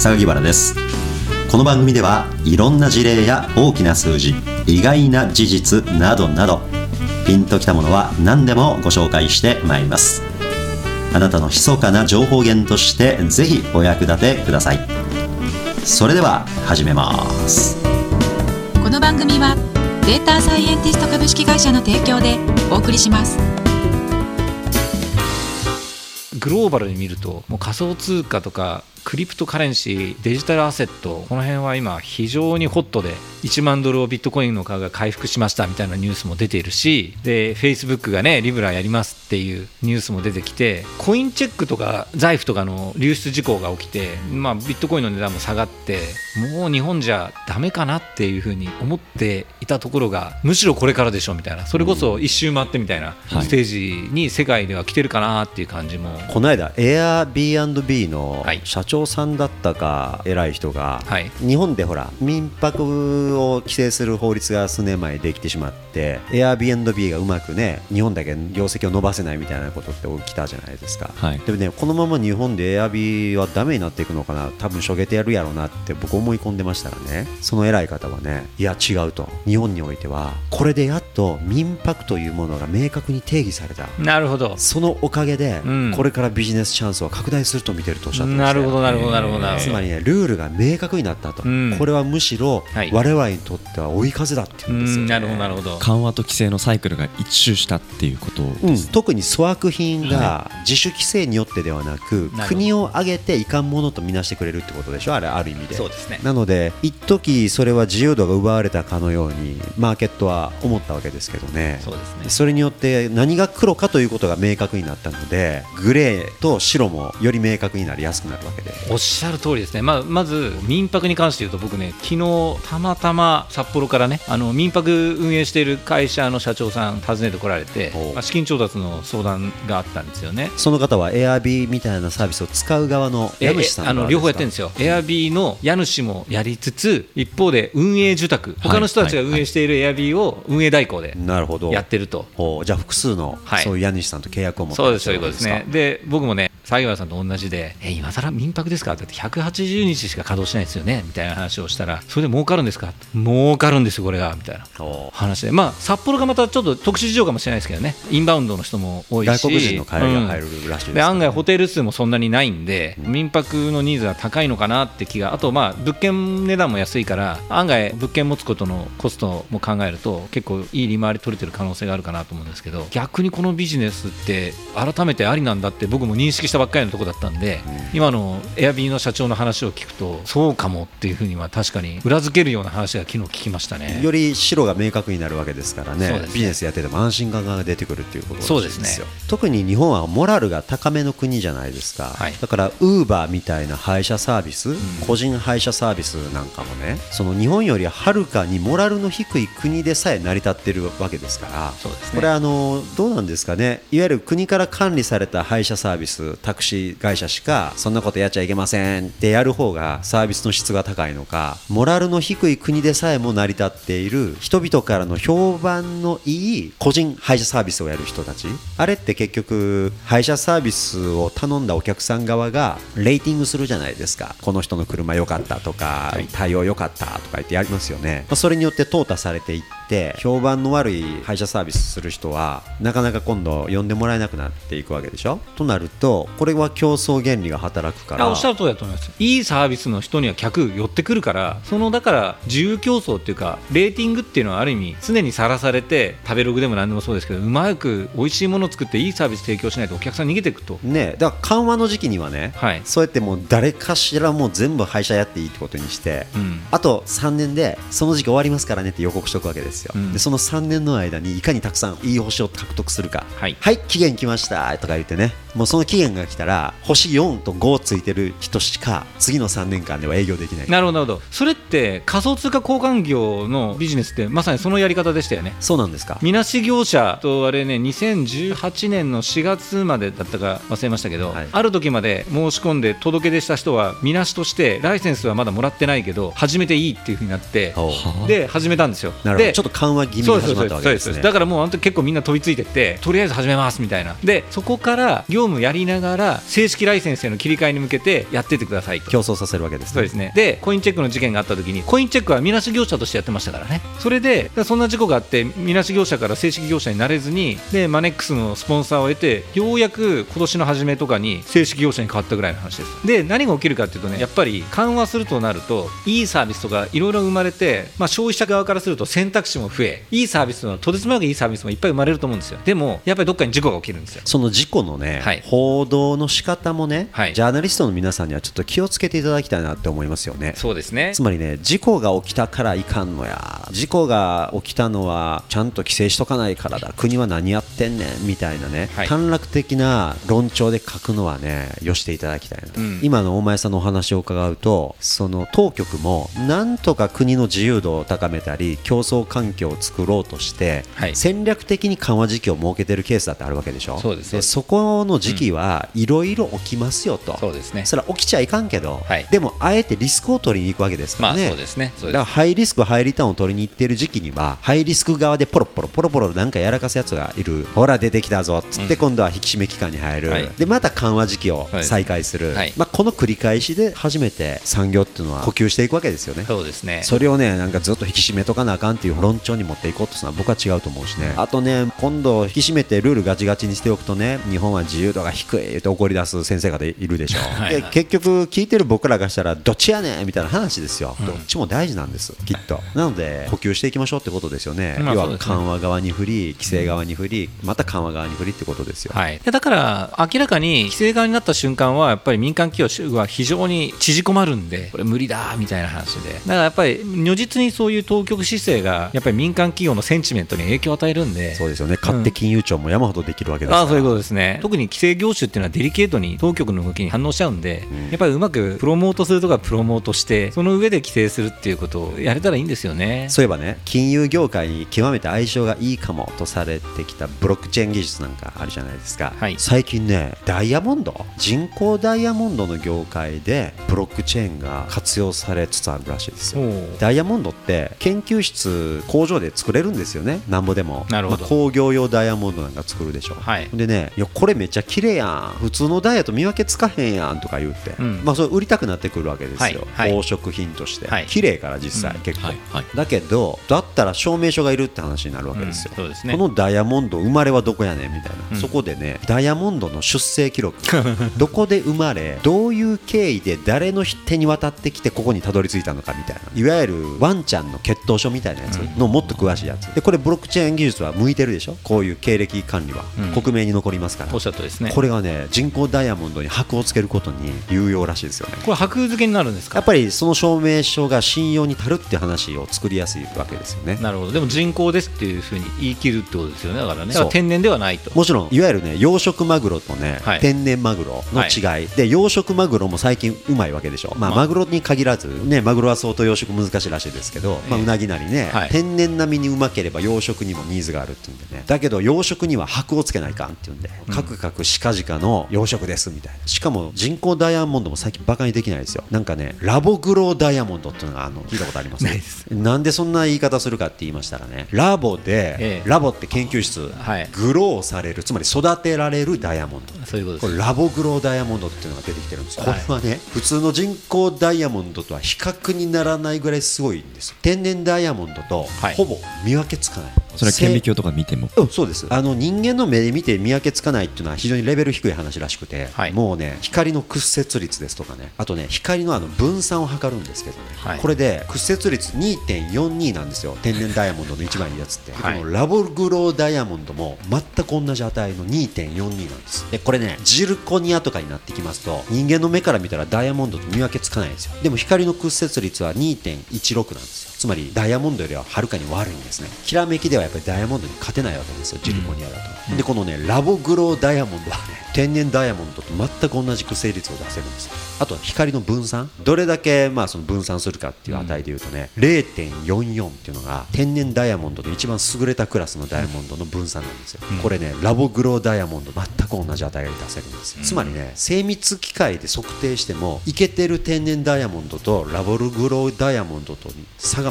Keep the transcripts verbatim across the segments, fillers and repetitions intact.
榊原です。この番組ではいろんな事例や大きな数字、意外な事実などなど、ピンときたものは何でもご紹介してまいります。あなたの密かな情報源としてぜひお役立てください。それでは始めます。 この番組はデータサイエンティスト株式会社の提供でお送りします。 グローバルに見ると、もう仮想通貨とかクリプトカレンシー、デジタルアセット、この辺は今非常にホットで、いちまんドルをビットコインの価格が回復しましたみたいなニュースも出ているし、で Facebook がねリブラやりますっていうニュースも出てきて、コインチェックとか財布とかの流出事項が起きて、まあ、ビットコインの値段も下がって、もう日本じゃダメかなっていうふうに思っていたところが、むしろこれからでしょみたいな、それこそ一周回ってみたいなステージに世界では来てるかなっていう感じも、はい、 この間 Airbnb の社長さんだったか偉い人が、はい、日本でほら民泊を規制する法律が数年前できてしまって、 Airbnb がうまくね日本だけ業績を伸ばせないみたいなことって起きたじゃないですか、はい、でもね、このまま日本で Airb はダメになっていくのかな、多分しょげてやるやろうなって僕思い込んでましたらね、その偉い方はね、いや違うと、日本においてはこれでやっと民泊というものが明確に定義された。 なるほど。 そのおかげで、うん、これからビジネスチャンスは拡大すると見てるとおっしゃってました。 なるほどなるほどなるほど。 つまりね、ルールが明確になったと、うん、これはむしろ我々にとっては追い風だっていうんですよね。 なるほどなるほど。 緩和と規制のサイクルが一周したっていうことです、 うん、特に粗悪品が自主規制によってではなく、はい、国を挙げていかんものとみなしてくれるってことでしょ、あれある意味で。 そうですね。 なので一時それは自由度が奪われたかのようにマーケットは思ったわけですけどね。 そうですね。 それによって何が黒かということが明確になったので、グレーと白もより明確になりやすくなるわけで。 おっしゃる通りですね。まあ、まず民泊に関して言うと、僕ね、昨日たまたま札幌からね、あの民泊運営している会社の社長さん訪ねてこられて、まあ、資金調達の相談があったんですよね。 その方は Airb みたいなサービスを使う側の家主さん、 あの両方やってるんですよ。 Airb の家主もやりつつ、一方で運営受託、他の人たちが運営している Airb を運営代行でやってると。 じゃあ複数のそういう家主さんと契約を持ってる。そうです、そういうことですね。で僕もね、榊原さんと同じで、え今更民泊ですかって言って、ひゃくはちじゅうにちしか稼働しないですよねみたいな話をしたら、それで儲かるんですか、儲かるんですよこれがみたいな話で、まあ、札幌がまたちょっと特殊事情かもしれないですけどね、インバウンドの人も多いし、 外国人の帰りが入るらしいです、ね、 で案外ホテル数もそんなにないんで、うん、民泊のニーズが高いのかなって気が、あとまあ物件値段も安いから、案外物件持つことのコストも考えると結構いい利回り取れてる可能性があるかなと思うんですけど、逆にこのビジネスって改めてありなんだって僕も認識したばっかりのところだったんで、うん、今のエアビーの社長の話を聞くとそうかもっていうふうには確かに裏付けるような話が昨日聞きましたね。 より白が明確になるわけですからね、ビジネスやってても安心感が出てくるっていうことらしいですよ。そうですね。特に日本はモラルが高めの国じゃないですか、はい、だからウーバーみたいな配車サービス、うん、個人配車サービスなんかもね、その日本よりはるかにモラルの低い国でさえ成り立ってるわけですから、そうですね、これあのどうなんですかね、いわゆる国から管理された配車サービス、タクシー会社しかそんなことやっちゃいけませんってやる方がサービスの質が高いのか、モラルの低い国でさえも成り立っている人々からの評判のいい個人配車サービスをやる人たち、あれって結局配車サービスを頼んだお客さん側がレーティングするじゃないですか。この人の車良かったとか、はい、対応良かったとか言ってやりますよね。それによって淘汰されていって、評判の悪い配車サービスする人はなかなか今度呼んでもらえなくなっていくわけでしょ。となるとこれは競争原理が働くから。 おっしゃる通りだと思います。いいサービスの人には客寄ってくるから、そのだから自由競争っていうか、レーティングっていうのはある意味常にさらされて、食べログでも何でもそうですけど、うまく美味しいものを作っていいサービス提供しないとお客さん逃げていくと、 ね、だから緩和の時期にはね、はい、そうやってもう誰かしらもう全部配車やっていいってことにして、うん、あとさんねんでその時期終わりますからねって予告しておくわけですよ、うん、でそのさんねんの間にいかにたくさんいい星を獲得するか、はい、はい、期限来ましたとか言ってね、もうその期限が来たら星よんとごついてる人しか次のさんねんかんでは営業できない。 なるほどなるほど。それって仮想通貨交換業のビジネスってまさにそのやり方でしたよね。 そうなんですか。 みなし業者とあれね、にせんじゅうはちねんのしがつまでだったか忘れましたけど、はい、ある時まで申し込んで届け出した人はみなしとしてライセンスはまだもらってないけど始めていいっていう風になって、で始めたんですよ。 なるほど。 でちちょっと緩和気味に始まったわけですね。 だからもう本当に結構みんな飛びついてってとりあえず始めますみたいなでそこから業務やりながら正式ライセンスへの切り替えに向けてやってってくださいと競争させるわけですね。 そうですね。でコインチェックの事件があった時にコインチェックはみなし業者としてやってましたからね。それでそんな事故があってみなし業者から正式業者になれずにでマネックスのスポンサーを得てようやく今年の初めとかに正式業者に変わったぐらいの話です。で何が起きるかっていうとねやっぱり緩和するとなるといいサービスとかいろいろ生まれて、まあ、消費者側からすると選択肢も増えいいサービスのとてつもなくいいサービスもいっぱい生まれると思うんですよ。でもやっぱりどっかに事故が起きるんですよ。 その事故のね、はい、報道の仕方もね、はい、ジャーナリストの皆さんにはちょっと気をつけていただきたいなって思いますよね。 そうですね。 つまりね事故が起きたからいかんのや事故が起きたのはちゃんと規制しとかないからだ国は何やってんねんみたいなね、はい、短絡的な論調で書くのはねよしていただきたいなと、うん、今の大前さんのお話を伺うとその当局もなんとか国の自由度を高めたり競争環境を作ろうとして、はい、戦略的に緩和時期を設けてるケースだってあるわけでしょ。 そうです。 でそこの時期はいろいろ起きますよと、 うん、そうですね。 それは起きちゃいかんけど、はい、でもあえてリスクを取りに行くわけですからね、 まあ、そうですね。そうです。 だからハイリスクハイリターンを取りに行っている時期にはハイリスク側でポロポロポロポロなんかやらかすやつがいるほら出てきたぞっつって今度は引き締め期間に入る、うん、でまた緩和時期を再開する、はい、まあ、この繰り返しで初めて産業っていうのは呼吸していくわけですよね。 そうですね。 それをねなんかずっと引き締めとかなあかんっていう論調に持っていこうとするのは僕は違うと思うしね。あとね今度引き締めてルールガチガチにしておくとね日本は自由度が低いって怒り出す先生方いるでしょはい、はい、で結局聞いてる僕らがしたらどっちやねんみたいな話ですよ、うん、どっちも大事なんですきっと。なので呼吸していきましょうってことですよね、まあ、要は緩和側に振り規制側に振りまた緩和側に振りってことですよ、 はい、だから明らかに規制側になった瞬間はやっぱり民間企業は非常に縮こまるんでこれ無理だみたいな話でだからやっぱり如実にそういう当局姿勢がやっぱり民間企業のセンチメントに影響を与えるんで。 そうですよね。勝手金融庁も山ほどできるわけですから、 うん、あそういうことですね。特に規制業種っていうのはデリケートに当局の動きに反応しちゃうんで、うん、やっぱりうまくプロモートするとかプロモートしてその上で規制するっていうことをやれたらいいんですよね。 そういえばね金融業界に極めて相性がいいかもとされてきたブロックチェーン技術なんかあるじゃないですか、はい、最近ねダイヤモンド人工ダイヤモンドの業界でブロックチェーンが活用されつつあるらしいですよ。ダイヤモンドって研究室工場で作れるんですよねなんぼでも。なるほど、まあ、工業用ダイヤモンドなんか作るでしょ、はい、でねいやこれめっちゃ綺麗やん普通のダイヤと見分けつかへんやんとか言って、うんまあ、それ売りたくなってくるわけですよ、はいはい、宝飾品として、はい、綺麗から実際、うん、結構、はいはい、だけどだったら証明書がいるって話になるわけですよ、うんそうですね、このダイヤモンド生まれはどこやねんみたいな、うん、そこでねダイヤモンドの出生記録どこで生まれどういう経緯で誰の手に渡ってきてここにたどり着いたのかみたいないわゆるワンちゃんの血統書みたいなやつのもっと詳しいやつでこれブロックチェーン技術は向いてるでしょこういう経歴管理は、うん、克明に残りますから。 おっしゃったですね。 これがね人工ダイヤモンドに箔をつけることに有用らしいですよね。 これ箔付けになるんですか。 やっぱりその証明書が信用に足るって話を作りやすいわけですよね。 なるほど。でも人工ですっていうふうに言い切るってことですよね。だからねだから天然ではないと。 もちろんいわゆるね養殖マグロとね、はい、天然マグロの違い、はい、で養殖マグロも最近うまいわけでしょ、まあ、マグロに限らずねマグロは相当養殖難しいらしいですけど、まあ、うなぎなりね、はい、天然並みにうまければ養殖にもニーズがあるっていうんでねだけど養殖には箔をつけないかんっていうんで、うん、カクカクシカジカの養殖ですみたいな。しかも人工ダイヤモンドも最近バカにできないですよ。なんかねラボグローダイヤモンドっていうのがあの聞いたことありますねなんでそんな言い方するかって言いましたらねラボで、ええ、ラボって研究室、はい、グローされるつまり育てられるダイヤモンドそういうことです。これラボグローダイヤモンドっていうのが出てきてるんですよ、はい、これはね普通の人工ダイヤモンドとは比較にならないぐらいすごいんですよ。天然ダイヤモンドとほぼ見分けつかない、はい、 それは顕微鏡とか見ても、 うん、そうです。あの人間の目で見て見分けつかないっていうのは非常にレベル低い話らしくて、はい、もうね光の屈折率ですとかねあとね光のあの分散を測るんですけどね、はい、これで屈折率 にてんよんに なんですよ天然ダイヤモンドの一番いいやつって、はい、このラボグローダイヤモンドも全く同じ値の にてんよんに なんです。でこれねジルコニアとかになってきますと人間の目から見たらダイヤモンドと見分けつかないんですよ。でも光の屈折率は にてんいちろく なんですよ。つまりダイヤモンドよりははるかに悪いんですね。きらめきではやっぱりダイヤモンドに勝てないわけですよジルコニアだと、うん、でこのねラボグローダイヤモンドはね天然ダイヤモンドと全く同じ屈折率を出せるんですよ。あとは光の分散どれだけまあその分散するかっていう値でいうとね、うん、れいてんよんよん っていうのが天然ダイヤモンドの一番優れたクラスのダイヤモンドの分散なんですよ、うん、これねラボグローダイヤモンド全く同じ値が出せるんですよ、うん、つまりね精密機械で測定してもイケてる天然ダイヤモンドとラボグローダイヤモンドと差が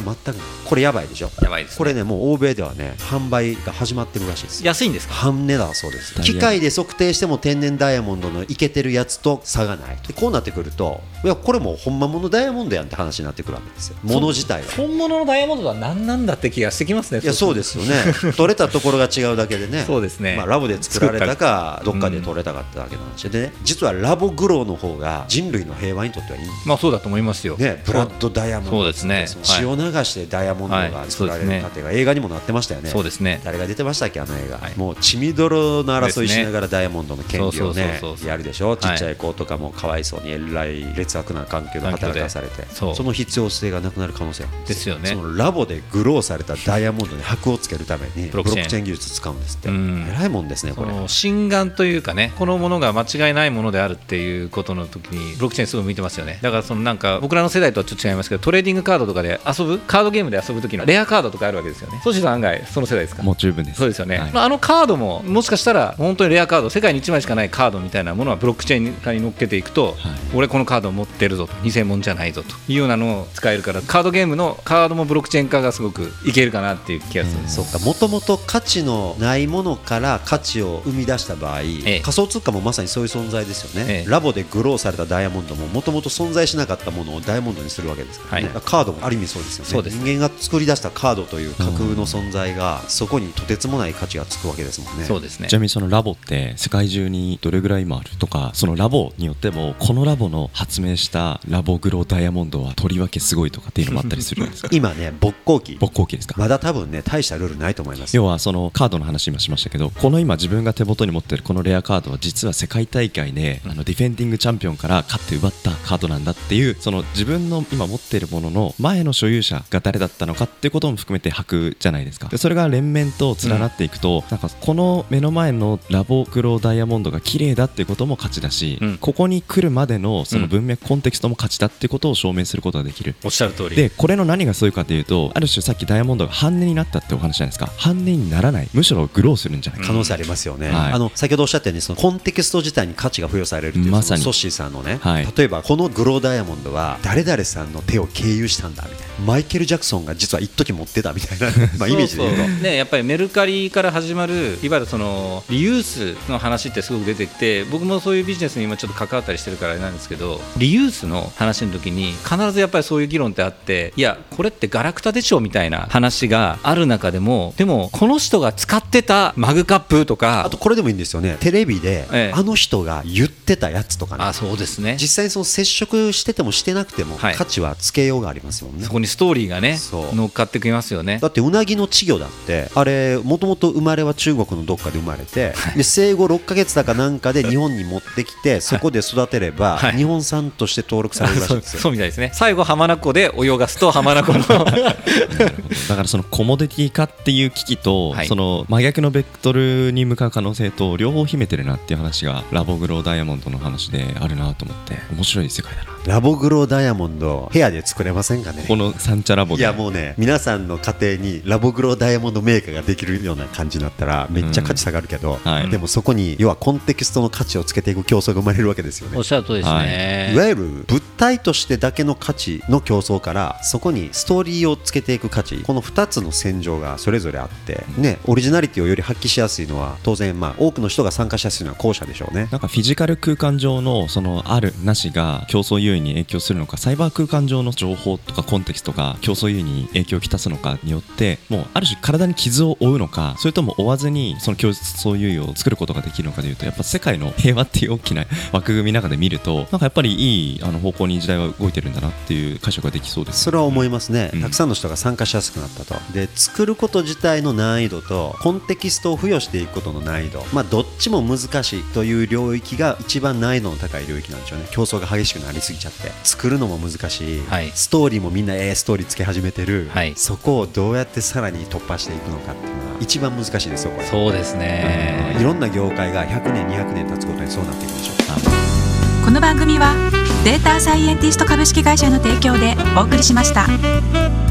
が全くない。これやばいでしょ。 やばいですね。 これねもう欧米ではね販売が始まってるらしいです。 安いんですか。 半値だそうです。機械で測定しても天然ダイヤモンドのイケてるやつと差がない。でこうなってくると、いやこれもう本物のダイヤモンドやんって話になってくるわけですよ。物自体が本物のダイヤモンドは何なんだって気がしてきますね。 いやそうですよね。取れたところが違うだけでね。 そうですね。 まあ、ラボで作られたかどっかで取れたかってだけの話でね、実はラボグローの方が人類の平和にとってはいいんです。 まあそうだと思いますよ、 ね、ブラッドダイヤモンド、 そうですね、 血を流してダイヤモンドが作られる過程が映画にもなってましたよね。 そうですね。 誰が出てましたっけあの映画、はい、もう血みどろの争いしながらダイヤモンドの権利をねやるでしょ。ちっちゃい子とかもかわいそうにえらい劣悪な環境で働かされて、そ, その必要性がなくなる可能性があるんですよね。そのラボでグローされたダイヤモンドに箔をつけるためにブロックチェーン技術使うんですって。えらいもんですねこれ。 心眼というかね、このものが間違いないものであるっていうことの時にブロックチェーンすごい見てますよね。だからそのなんか僕らの世代とはちょっと違いますけど、トレーディングカードとかで遊ぶカードゲームで遊ぶ時のレアカードとかあるわけですよね。ソシさん案外その世代ですか。 もう十分です。 そうですよね、 はい、 まあ、あのカードももしかしたら本当にレアカード、世界にいちまいしかないカードみたいなものはブロックチェーン化に乗っけていくと、はい、俺このカードを持ってるぞと、偽物じゃないぞというようなのを使えるから、カードゲームのカードもブロックチェーン化がすごくいけるかなっていう気がする、うん、 そうか、もともと価値のないものから価値を生み出した場合、ええ、仮想通貨もまさにそういう存在ですよね、ええ、ラボでグローされたダイヤモンドももともと存在しなかったものをダイヤモンドにするわけですからね、はい、カードもある意味そうですよね。そうです。人間が作り出したカードという架空の存在が、そこにとてつもない価値がつくわけですもんね。 そうですね。 ちなみにそのラボって世界中にどれぐらい今あるとか、そのラボによってもこのラボの発明したラボグローダイヤモンドはとりわけすごいとかっていうのもあったりするんですか。 今ね勃興期勃興期ですか。 まだ多分ね大したルールないと思います。 要はそのカードの話今しましたけど、この今自分が手元に持ってるこのレアカードは実は世界大会であのディフェンディングチャンピオンから勝って奪ったカードなんだっていう、その自分の今持っているものの前の所有者が誰だったのかっていうことも含めて履くじゃないですか。でそれが連綿と連なっていくと、うん、なんかこの目の前のラボグローダイヤモンドが綺麗だっていうことも勝ちだし、うん、ここに来るまでのその文脈、うん、コンテキストも勝ちだっていうことを証明することができる。 おっしゃる通りで、これの何がそういうかというと、ある種さっきダイヤモンドが半値になったってお話じゃないですか。半値にならない、むしろグローするんじゃないか、 可能性ありますよね、 はい、 あの先ほどおっしゃったようにそのコンテキスト自体に価値が付与されるという、まさにソッシーさんのね、はい、例えばこのグローダイヤモンドは誰々さんの手を経由したんだみたいな、マイケル・ジャクソンが実は一時持ってたみたいなまあイメージで言うとそうそう、ね、やっぱりメルカリから始まるいわゆるそのリユースの話ってすごく出てきて、僕もそういうビジネスに今ちょっと関わったりしてるからあれなんですけど、リユースの話の時に必ずやっぱりそういう議論ってあって、いやこれってガラクタでしょみたいな話がある中でも、でもこの人が使ってたマグカップとか、 あとこれでもいいんですよね、テレビで、ええ、あの人が言ってたやつとかね、 あ、そうですね、 実際その接触しててもしてなくても価値はつけようがありますよね、はい、 そこにストーリーがね乗っかってきますよね。 だってうなぎの稚魚だってあれもともと生まれは中国のどっかで生まれて、はい、で生後ろっかげつだかなんかで日本に持ってきてそこで育てれば、はい、日本産として登録されるらしいんですよ。 そう、そうみたいですね。最後浜名湖で泳がすと浜名湖のだからそのコモディティ化っていう危機と、はい、その真逆のベクトルに向かう可能性と両方秘めてるなっていう話がラボグローダイヤモンドの話であるなと思って、面白い世界だな。 ラボグローダイヤモンド部屋で作れませんかね、 このサンチャラボで。 いやもうね、皆さんの家庭にラボグローダイヤモンドメーカーができるような感じになったらめっちゃ価値下がるけど、うんはい、でもそこに要はコンテキストの価値をつけていく競争が生まれるわけですよね。 おっしゃる通りですね、 はい、いわゆる物体としてだけの価値の競争からそこにストーリーをつけていく価値、このふたつの戦場がそれぞれあって、ね、オリジナリティをより発揮しやすいのは当然まあ多くの人が参加しやすいのは後者でしょうね。 なんかフィジカル空間上のそのあるなしが競争優位に影響するのか、サイバー空間上の情報とかコンテキストが競争優位に影響をきたすのかによって、もうある種体に傷を負うのか、それとも負わずにその競争優位を作ることができるのかというと、やっぱ世界の平和っていう大きな枠組みの中で見ると、なんかやっぱりいいあの方向に時代は動いてるんだなっていう解釈ができそうです。 それは思いますね、 うん、 たくさんの人が参加しやすくなったと。で、作ること自体の難易度とコンテキストを付与していくことの難易度、まあどっちも難しいという領域が一番難易度の高い領域なんでしょうね。競争が激しくなりすぎちゃって作るのも難しい、はい、ストーリーもみんなええストーリーつけ始めてる、はい、そこをどうやってさらに突破していくのかっていうのは一番難しいですよこれ。 そうですね、 うん、いろんな業界がひゃくねんにひゃくねん経つことにそうなっていくでしょう。 この番組はデータサイエンティスト株式会社の提供でお送りしました。